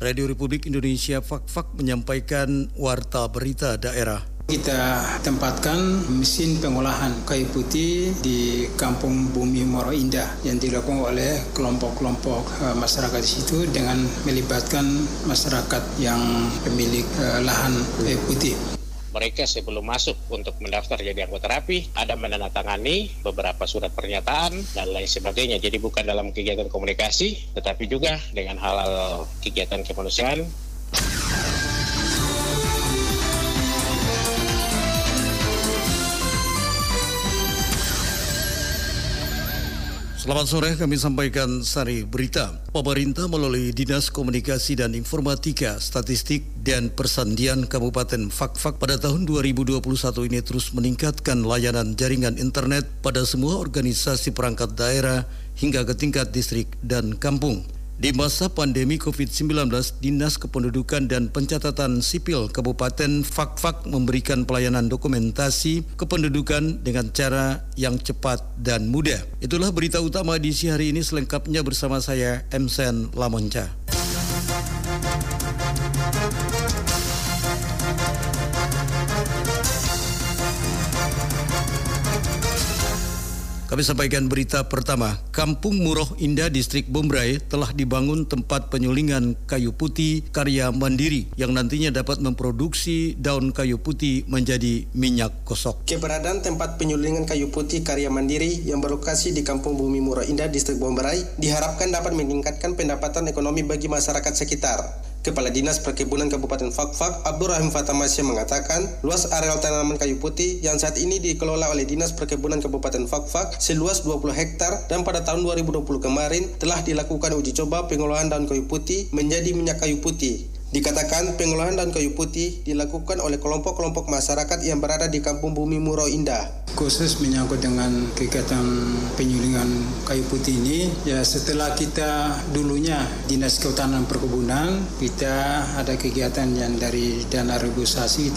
Radio Republik Indonesia Fak-Fak menyampaikan warta berita daerah. Kita tempatkan mesin pengolahan kayu putih di Kampung Bumi Muara Indah yang dilakukan oleh kelompok-kelompok masyarakat di situ dengan melibatkan masyarakat yang pemilik lahan kayu putih. Mereka sebelum masuk untuk mendaftar jadi anggota RAPI ada menandatangani beberapa surat pernyataan dan lain sebagainya. Jadi bukan dalam kegiatan komunikasi, tetapi juga dengan hal-hal kegiatan kemanusiaan. Selamat sore, kami sampaikan sari berita. Pemerintah melalui Dinas Komunikasi dan Informatika, Statistik dan Persandian Kabupaten Fak-Fak pada tahun 2021 ini terus meningkatkan layanan jaringan internet pada semua organisasi perangkat daerah hingga ke tingkat distrik dan kampung. Di masa pandemi COVID-19, Dinas Kependudukan dan Pencatatan Sipil Kabupaten Fak-Fak memberikan pelayanan dokumentasi kependudukan dengan cara yang cepat dan mudah. Itulah berita utama di siang hari ini, selengkapnya bersama saya, Emsen Lamonca. Kami sampaikan berita pertama. Kampung Muara Indah, Distrik Bombray telah dibangun tempat penyulingan kayu putih karya mandiri yang nantinya dapat memproduksi daun kayu putih menjadi minyak gosok. Keberadaan tempat penyulingan kayu putih karya mandiri yang berlokasi di Kampung Bumi Muara Indah, Distrik Bombray diharapkan dapat meningkatkan pendapatan ekonomi bagi masyarakat sekitar. Kepala Dinas Perkebunan Kabupaten Fak-Fak, Abdurrahim Fatamasya mengatakan, luas areal tanaman kayu putih yang saat ini dikelola oleh Dinas Perkebunan Kabupaten Fak-Fak seluas 20 hektar dan pada tahun 2020 kemarin telah dilakukan uji coba pengolahan daun kayu putih menjadi minyak kayu putih. Dikatakan pengolahan daun kayu putih dilakukan oleh kelompok-kelompok masyarakat yang berada di Kampung Bumi Muara Indah. Khusus menyangkut dengan kegiatan penyulingan kayu putih ini, ya setelah kita dulunya Dinas Kehutanan Perkebunan, kita ada kegiatan yang dari dana realisasi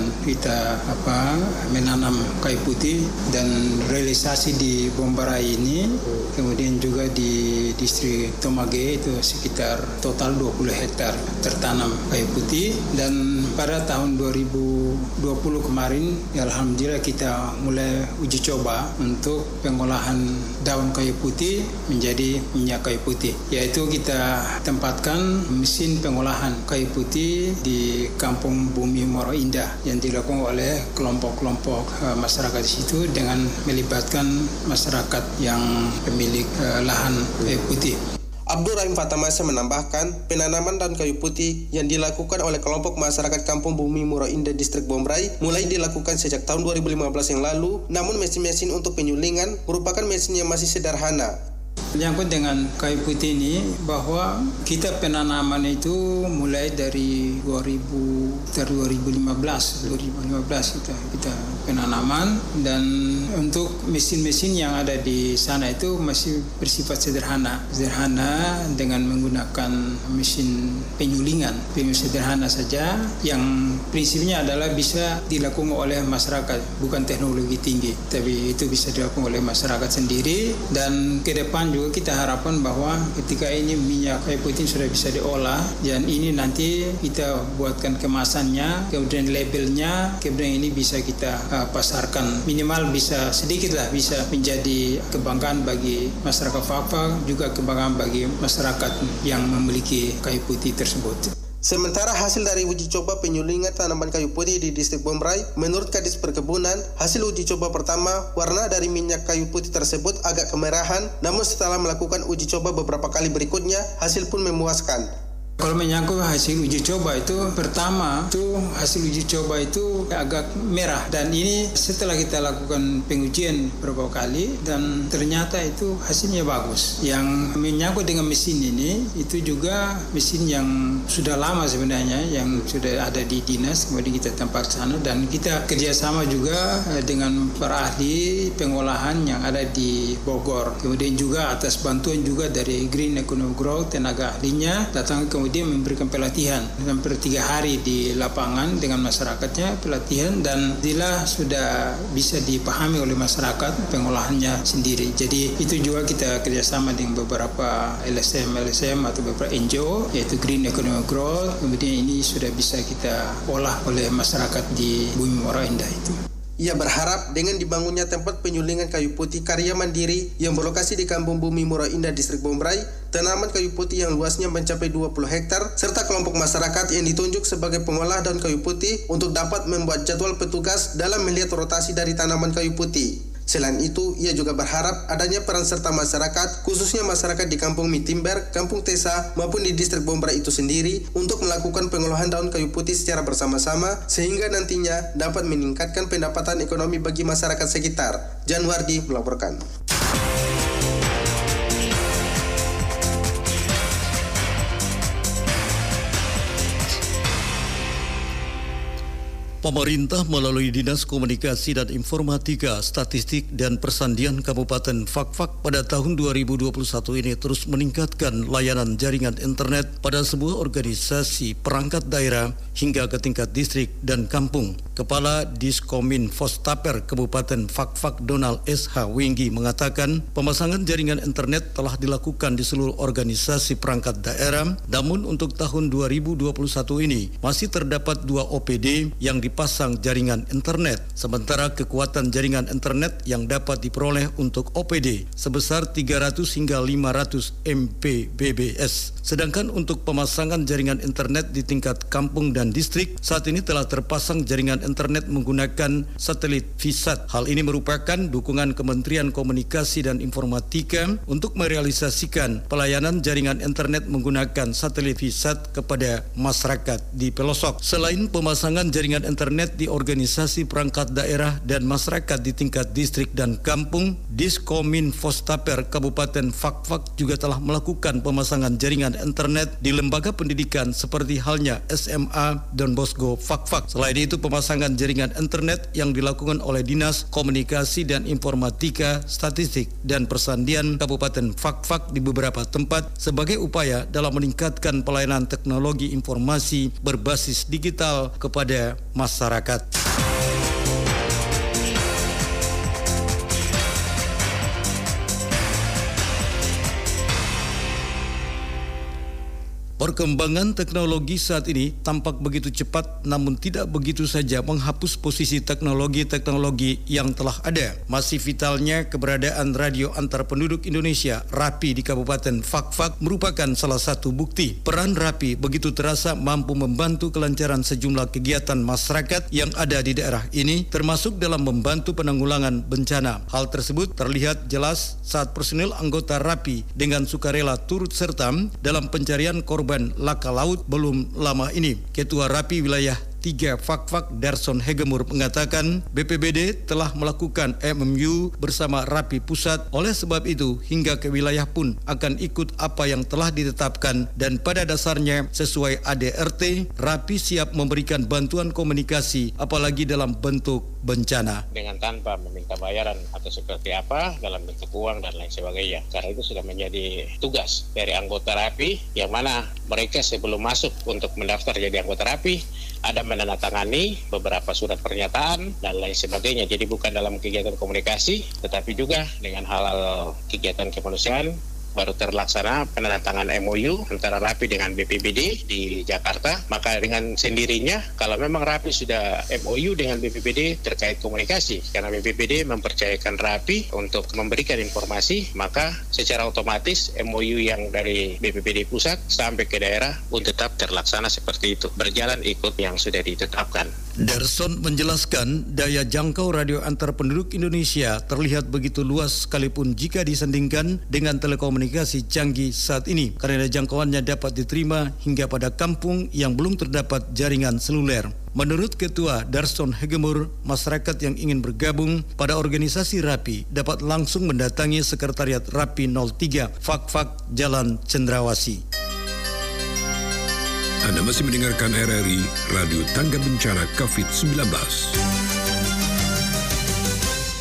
kita menanam kayu putih dan realisasi di Bombray ini, kemudian juga di distrik Tomage itu sekitar total 20 hektar tertanam kayu putih, dan pada tahun 2020 kemarin ya alhamdulillah kita mulai uji coba untuk pengolahan daun kayu putih menjadi minyak kayu putih, yaitu kita tempatkan mesin pengolahan kayu putih di Kampung Bumi Muara Indah yang dilakukan oleh kelompok-kelompok masyarakat di situ dengan melibatkan masyarakat yang pemilik lahan kayu putih. Abdurrahim Fatamasya menambahkan, penanaman daun kayu putih yang dilakukan oleh kelompok masyarakat Kampung Bumi Muara Indah Distrik Bombray mulai dilakukan sejak tahun 2015 yang lalu, namun mesin-mesin untuk penyulingan merupakan mesin yang masih sederhana. Menyangkut dengan kayu putih ini, bahwa kita penanaman itu mulai dari 2015 kita penanaman, dan untuk mesin-mesin yang ada di sana itu masih bersifat sederhana dengan menggunakan mesin penyulingan sederhana saja, yang prinsipnya adalah bisa dilakukan oleh masyarakat, bukan teknologi tinggi, tapi itu bisa dilakukan oleh masyarakat sendiri. Dan ke depan juga kita harapkan bahwa ketika ini minyak kayu putih sudah bisa diolah, dan ini nanti kita buatkan kemasannya, kemudian labelnya, kemudian ini bisa kita pasarkan, minimal bisa sedikitlah bisa menjadi kebanggaan bagi masyarakat Fak-Fak, juga kebanggaan bagi masyarakat yang memiliki kayu putih tersebut. Sementara hasil dari uji coba penyulingan tanaman kayu putih di Distrik Bombray, menurut Kadis Perkebunan, hasil uji coba pertama, warna dari minyak kayu putih tersebut agak kemerahan, namun setelah melakukan uji coba beberapa kali berikutnya, hasil pun memuaskan. Kalau menyangkut hasil uji coba itu, pertama itu hasil uji coba itu agak merah, dan ini setelah kita lakukan pengujian beberapa kali dan ternyata itu hasilnya bagus. Yang menyangkut dengan mesin ini, itu juga mesin yang sudah lama sebenarnya, yang sudah ada di dinas, kemudian kita tempat sana, dan kita kerjasama juga dengan para ahli pengolahan yang ada di Bogor. Kemudian juga atas bantuan juga dari Green Economic Growth, tenaga ahlinya datang ke kemudian memberikan pelatihan hampir 3 hari di lapangan dengan masyarakatnya, pelatihan, dan bila sudah bisa dipahami oleh masyarakat pengolahannya sendiri. Jadi itu juga kita kerjasama dengan beberapa LSM atau beberapa NGO, yaitu Green Economic Growth. Kemudian ini sudah bisa kita olah oleh masyarakat di Bumi Muara Indah itu. Ia berharap dengan dibangunnya tempat penyulingan kayu putih karya mandiri yang berlokasi di Kampung Bumi Muara Indah, Distrik Bombray, tanaman kayu putih yang luasnya mencapai 20 hektar, serta kelompok masyarakat yang ditunjuk sebagai pengolah daun kayu putih untuk dapat membuat jadwal petugas dalam melihat rotasi dari tanaman kayu putih. Selain itu, ia juga berharap adanya peran serta masyarakat, khususnya masyarakat di Kampung Mitimber, Kampung Tesa, maupun di Distrik Bombray itu sendiri untuk melakukan pengolahan daun kayu putih secara bersama-sama, sehingga nantinya dapat meningkatkan pendapatan ekonomi bagi masyarakat sekitar. Janwardi melaporkan. Pemerintah melalui Dinas Komunikasi dan Informatika, Statistik dan Persandian Kabupaten Fakfak pada tahun 2021 ini terus meningkatkan layanan jaringan internet pada sebuah organisasi perangkat daerah hingga ke tingkat distrik dan kampung. Kepala Diskomin Fostaper Kabupaten Fakfak Donald S.H. Winggi mengatakan pemasangan jaringan internet telah dilakukan di seluruh organisasi perangkat daerah, namun untuk tahun 2021 ini masih terdapat 2 OPD yang dipasang jaringan internet, sementara kekuatan jaringan internet yang dapat diperoleh untuk OPD sebesar 300 hingga 500 Mbps. Sedangkan untuk pemasangan jaringan internet di tingkat kampung dan distrik, saat ini telah terpasang jaringan internet menggunakan satelit VSAT. Hal ini merupakan dukungan Kementerian Komunikasi dan Informatika untuk merealisasikan pelayanan jaringan internet menggunakan satelit VSAT kepada masyarakat di pelosok. Selain pemasangan jaringan internet di organisasi perangkat daerah dan masyarakat di tingkat distrik dan kampung, Diskomin Fostaper Kabupaten Fakfak juga telah melakukan pemasangan jaringan internet di lembaga pendidikan seperti halnya SMA Don Bosco Fakfak. Selain itu, pemasangan jaringan internet yang dilakukan oleh Dinas Komunikasi dan Informatika, Statistik dan Persandian Kabupaten Fakfak di beberapa tempat sebagai upaya dalam meningkatkan pelayanan teknologi informasi berbasis digital kepada masyarakat. Perkembangan teknologi saat ini tampak begitu cepat, namun tidak begitu saja menghapus posisi teknologi-teknologi yang telah ada. Masih vitalnya keberadaan radio antar penduduk Indonesia RAPI di Kabupaten Fakfak merupakan salah satu bukti. Peran RAPI begitu terasa mampu membantu kelancaran sejumlah kegiatan masyarakat yang ada di daerah ini, termasuk dalam membantu penanggulangan bencana. Hal tersebut terlihat jelas saat personil anggota RAPI dengan sukarela turut serta dalam pencarian korban laka laut belum lama ini. Ketua RAPI Wilayah 3 Fakfak Darson Hegemur mengatakan BPBD telah melakukan MMU bersama RAPI Pusat. Oleh sebab itu hingga ke wilayah pun akan ikut apa yang telah ditetapkan, dan pada dasarnya sesuai ADRT RAPI siap memberikan bantuan komunikasi apalagi dalam bentuk bencana. Dengan tanpa meminta bayaran atau seperti apa dalam bentuk uang dan lain sebagainya. Karena itu sudah menjadi tugas dari anggota RAPI, yang mana mereka sebelum masuk untuk mendaftar jadi anggota RAPI ada menandatangani beberapa surat pernyataan dan lain sebagainya. Jadi bukan dalam kegiatan komunikasi, tetapi juga dengan hal-hal kegiatan kemanusiaan. Baru terlaksana penandatangan MOU antara RAPI dengan BPBD di Jakarta. Maka dengan sendirinya, kalau memang RAPI sudah MOU dengan BPBD terkait komunikasi, karena BPBD mempercayakan RAPI untuk memberikan informasi, maka secara otomatis MOU yang dari BPBD pusat sampai ke daerah pun tetap terlaksana seperti itu, berjalan ikut yang sudah ditetapkan. Darson menjelaskan daya jangkau radio antar penduduk Indonesia terlihat begitu luas sekalipun jika disandingkan dengan telekomunikasi canggih saat ini, karena jangkauannya dapat diterima hingga pada kampung yang belum terdapat jaringan seluler. Menurut Ketua Darson Hegemur, masyarakat yang ingin bergabung pada organisasi RAPI dapat langsung mendatangi Sekretariat RAPI 03 Fakfak Jalan Cendrawasih. Anda masih mendengarkan RRI Radio Tangga Bencana COVID-19.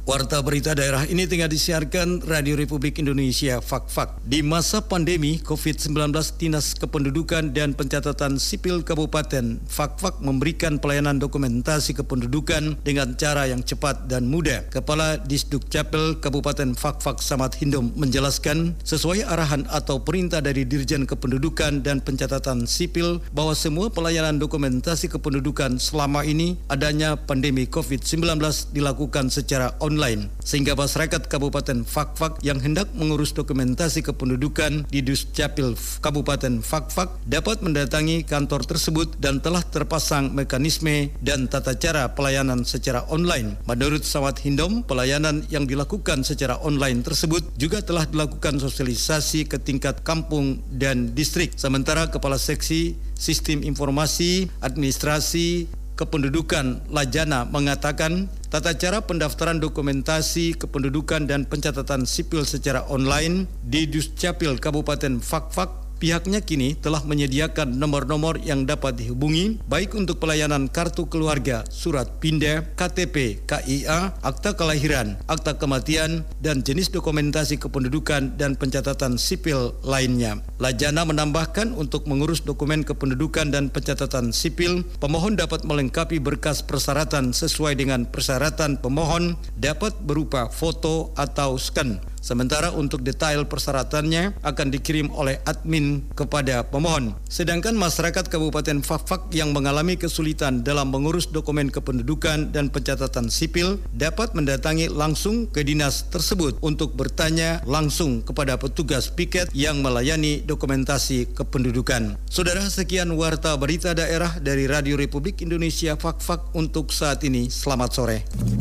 Warta berita daerah ini tengah disiarkan Radio Republik Indonesia Fak-Fak. Di masa pandemi COVID-19, Dinas Kependudukan dan Pencatatan Sipil Kabupaten Fak-Fak memberikan pelayanan dokumentasi kependudukan dengan cara yang cepat dan mudah. Kepala Disdukcapil Kabupaten Fak-Fak Samad Hindom menjelaskan sesuai arahan atau perintah dari Dirjen Kependudukan dan Pencatatan Sipil bahwa semua pelayanan dokumentasi kependudukan selama ini adanya pandemi COVID-19 dilakukan secara online, sehingga masyarakat Kabupaten Fak-Fak yang hendak mengurus dokumentasi kependudukan di Duscapil Kabupaten Fak-Fak dapat mendatangi kantor tersebut dan telah terpasang mekanisme dan tata cara pelayanan secara online. Menurut Samad Hindom, pelayanan yang dilakukan secara online tersebut juga telah dilakukan sosialisasi ke tingkat kampung dan distrik. Sementara Kepala Seksi Sistem Informasi Administrasi Kependudukan Lajana mengatakan tata cara pendaftaran dokumentasi kependudukan dan pencatatan sipil secara online di Duscapil Kabupaten Fak-Fak, pihaknya kini telah menyediakan nomor-nomor yang dapat dihubungi baik untuk pelayanan kartu keluarga, surat pindah, KTP, KIA, akta kelahiran, akta kematian, dan jenis dokumentasi kependudukan dan pencatatan sipil lainnya. Lajana menambahkan untuk mengurus dokumen kependudukan dan pencatatan sipil, pemohon dapat melengkapi berkas persyaratan sesuai dengan persyaratan pemohon dapat berupa foto atau scan. Sementara untuk detail persyaratannya akan dikirim oleh admin kepada pemohon. Sedangkan masyarakat Kabupaten Fak-Fak yang mengalami kesulitan dalam mengurus dokumen kependudukan dan pencatatan sipil dapat mendatangi langsung ke dinas tersebut untuk bertanya langsung kepada petugas piket yang melayani dokumentasi kependudukan. Saudara, sekian warta berita daerah dari Radio Republik Indonesia Fak-Fak untuk saat ini. Selamat sore.